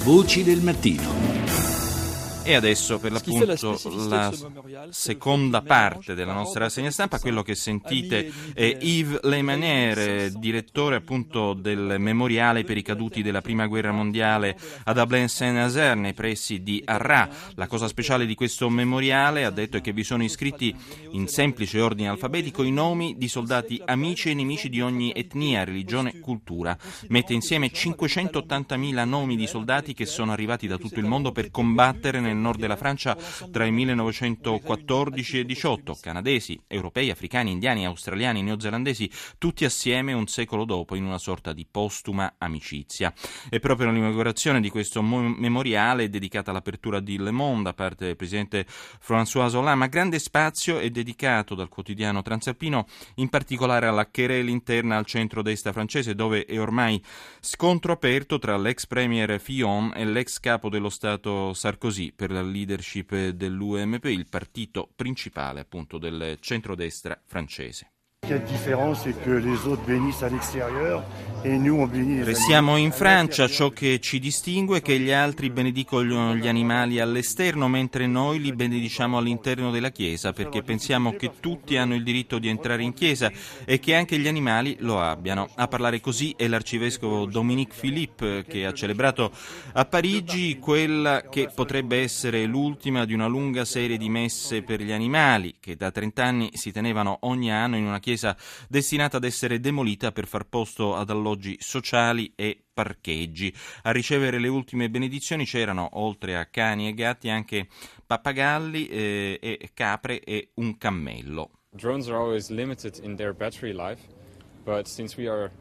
Voci del mattino. E adesso per l'appunto la seconda parte della nostra rassegna stampa, quello che sentite è Yves Lemaynier, direttore appunto del memoriale per i caduti della Prima Guerra Mondiale ad Ablain-Saint-Nazaire nei pressi di Arras. La cosa speciale di questo memoriale, ha detto, è che vi sono iscritti in semplice ordine alfabetico i nomi di soldati amici e nemici di ogni etnia, religione, cultura. Mette insieme 580.000 nomi di soldati che sono arrivati da tutto il mondo per combattere nel nord della Francia tra il 1914 e 18, canadesi, europei, africani, indiani, australiani, neozelandesi, tutti assieme un secolo dopo in una sorta di postuma amicizia. E proprio l'inaugurazione di questo memoriale è dedicata all'apertura di Le Monde da parte del presidente François Hollande, ma grande spazio è dedicato dal quotidiano transalpino in particolare alla querela interna al centro-destra francese, dove è ormai scontro aperto tra l'ex premier Fillon e l'ex capo dello Stato Sarkozy per la leadership dell'UMP, il partito principale appunto del centrodestra francese. Restiamo in Francia, ciò che ci distingue è che gli altri benedicono gli animali all'esterno, mentre noi li benediciamo all'interno della Chiesa, perché pensiamo che tutti hanno il diritto di entrare in Chiesa e che anche gli animali lo abbiano. A parlare così è l'arcivescovo Dominique Philippe, che ha celebrato a Parigi quella che potrebbe essere l'ultima di una lunga serie di messe per gli animali, che da 30 anni si tenevano ogni anno in una chiesa destinata ad essere demolita per far posto ad alloggi sociali e parcheggi. A ricevere le ultime benedizioni c'erano, oltre a cani e gatti, anche pappagalli e capre e un cammello. Drones are always limited in their battery life, but since we are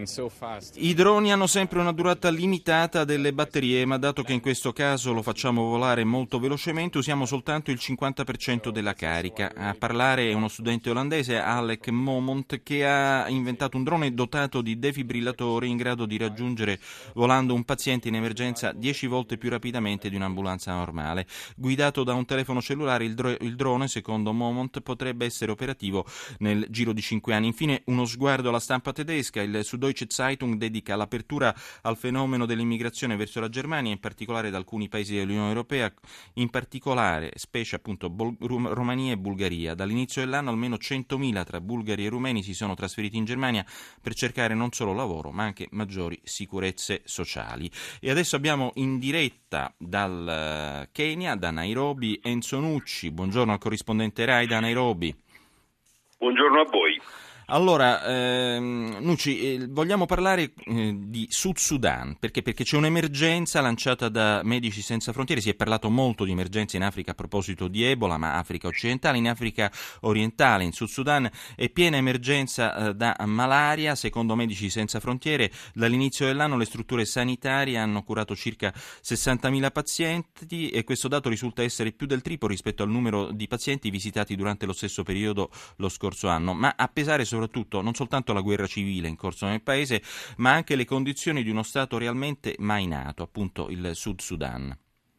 I droni hanno sempre una durata limitata delle batterie, ma dato che in questo caso lo facciamo volare molto velocemente, usiamo soltanto il 50% della carica. A parlare è uno studente olandese, Alec Momont, che ha inventato un drone dotato di defibrillatori in grado di raggiungere volando un paziente in emergenza 10 volte più rapidamente di un'ambulanza normale. Guidato da un telefono cellulare, il drone, secondo Momont, potrebbe essere operativo nel giro di 5 anni. Infine, uno sguardo alla stampa tedesca. Il Süddeutsche Zeitung dedica l'apertura al fenomeno dell'immigrazione verso la Germania, in particolare da alcuni paesi dell'Unione Europea, in particolare specie appunto Romania e Bulgaria. Dall'inizio dell'anno almeno 100.000 tra bulgari e rumeni si sono trasferiti in Germania per cercare non solo lavoro ma anche maggiori sicurezze sociali. E adesso abbiamo in diretta dal Kenya, da Nairobi, Enzo Nucci. Buongiorno al corrispondente Rai da Nairobi. Buongiorno a voi. Allora, Nucci, vogliamo parlare di Sud Sudan, perché c'è un'emergenza lanciata da Medici Senza Frontiere. Si è parlato molto di emergenze in Africa a proposito di Ebola, ma Africa occidentale, in Africa orientale, in Sud Sudan è piena emergenza da malaria. Secondo Medici Senza Frontiere, dall'inizio dell'anno le strutture sanitarie hanno curato circa 60.000 pazienti e questo dato risulta essere più del triplo rispetto al numero di pazienti visitati durante lo stesso periodo lo scorso anno, ma a pesare soprattutto non soltanto la guerra civile in corso nel paese, ma anche le condizioni di uno Stato realmente mai nato, appunto il Sud Sudan.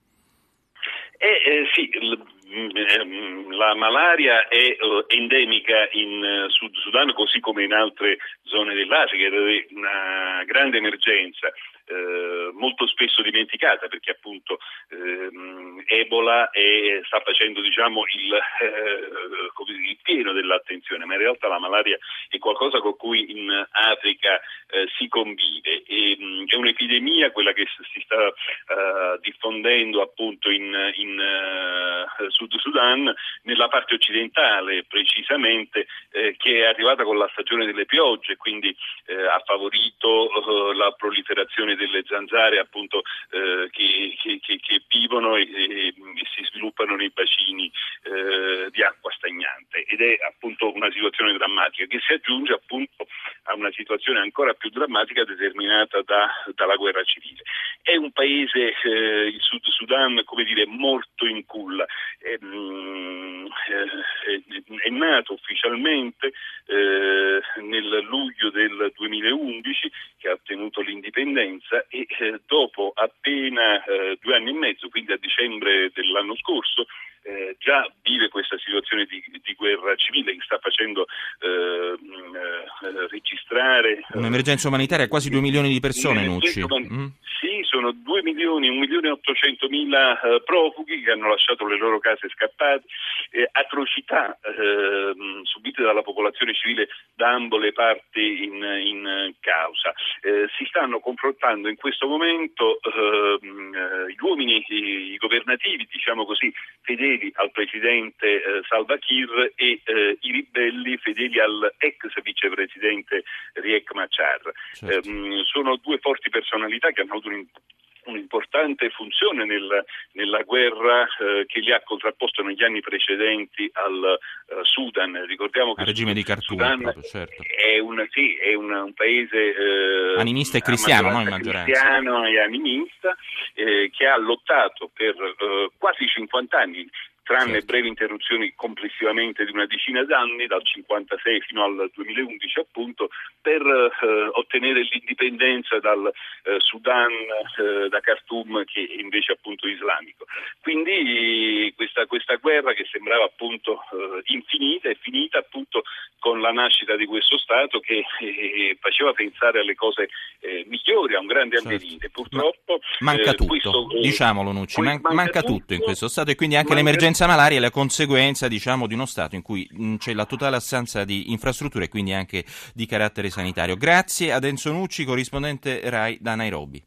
Sì, la malaria è endemica in Sud Sudan così come in altre zone dell'Africa ed è una grande emergenza. Molto spesso dimenticata perché appunto Ebola sta facendo il pieno dell'attenzione, ma in realtà la malaria è qualcosa con cui in Africa si convive. È un'epidemia quella che si sta diffondendo appunto in Sud Sudan, nella parte occidentale precisamente, che è arrivata con la stagione delle piogge, quindi ha favorito la proliferazione delle zanzare appunto che vivono e si sviluppano nei bacini di acqua stagnante, ed è appunto una situazione drammatica che si aggiunge appunto a una situazione ancora più drammatica determinata dalla guerra civile. È un paese, il Sud Sudan, come dire, morto in culla. È nato ufficialmente nel luglio del 2011, che ha ottenuto l'indipendenza, e dopo appena 2 anni e mezzo, quindi a dicembre dell'anno scorso, già vive questa situazione di guerra civile che sta facendo registrare un'emergenza umanitaria a quasi 2 milioni di persone, Nucci. Sì, sono 1.800.000 profughi che hanno lasciato le loro case scappate, atrocità subite dalla popolazione civile da ambo le parti in causa. Si stanno confrontando in questo momento gli uomini i governativi, diciamo così, fedeli al presidente Salva Kiir e i ribelli fedeli al ex vicepresidente Riek Machar. Certo. Sono due forti personalità che hanno avuto un'importante funzione nella guerra che li ha contrapposto negli anni precedenti al Sudan. Ricordiamo che al regime di Khartoum, proprio, certo. È un paese animista e cristiano, no? In maggioranza. Cristiano e animista che ha lottato per quasi 50 anni, tranne certo. brevi interruzioni complessivamente di una decina d'anni, dal 56 fino al 2011 appunto, per ottenere l'indipendenza dal Sudan, da Khartoum, che è invece appunto islamico. Quindi questa guerra, che sembrava appunto infinita, è finita appunto con la nascita di questo Stato che faceva pensare alle cose migliori, a un grande avvenire. Certo. Purtroppo manca tutto, diciamolo Nucci, manca tutto in questo Stato, e quindi anche l'emergenza malaria è la conseguenza, diciamo, di uno Stato in cui c'è la totale assenza di infrastrutture e quindi anche di carattere sanitario. Grazie ad Enzo Nucci, corrispondente RAI da Nairobi.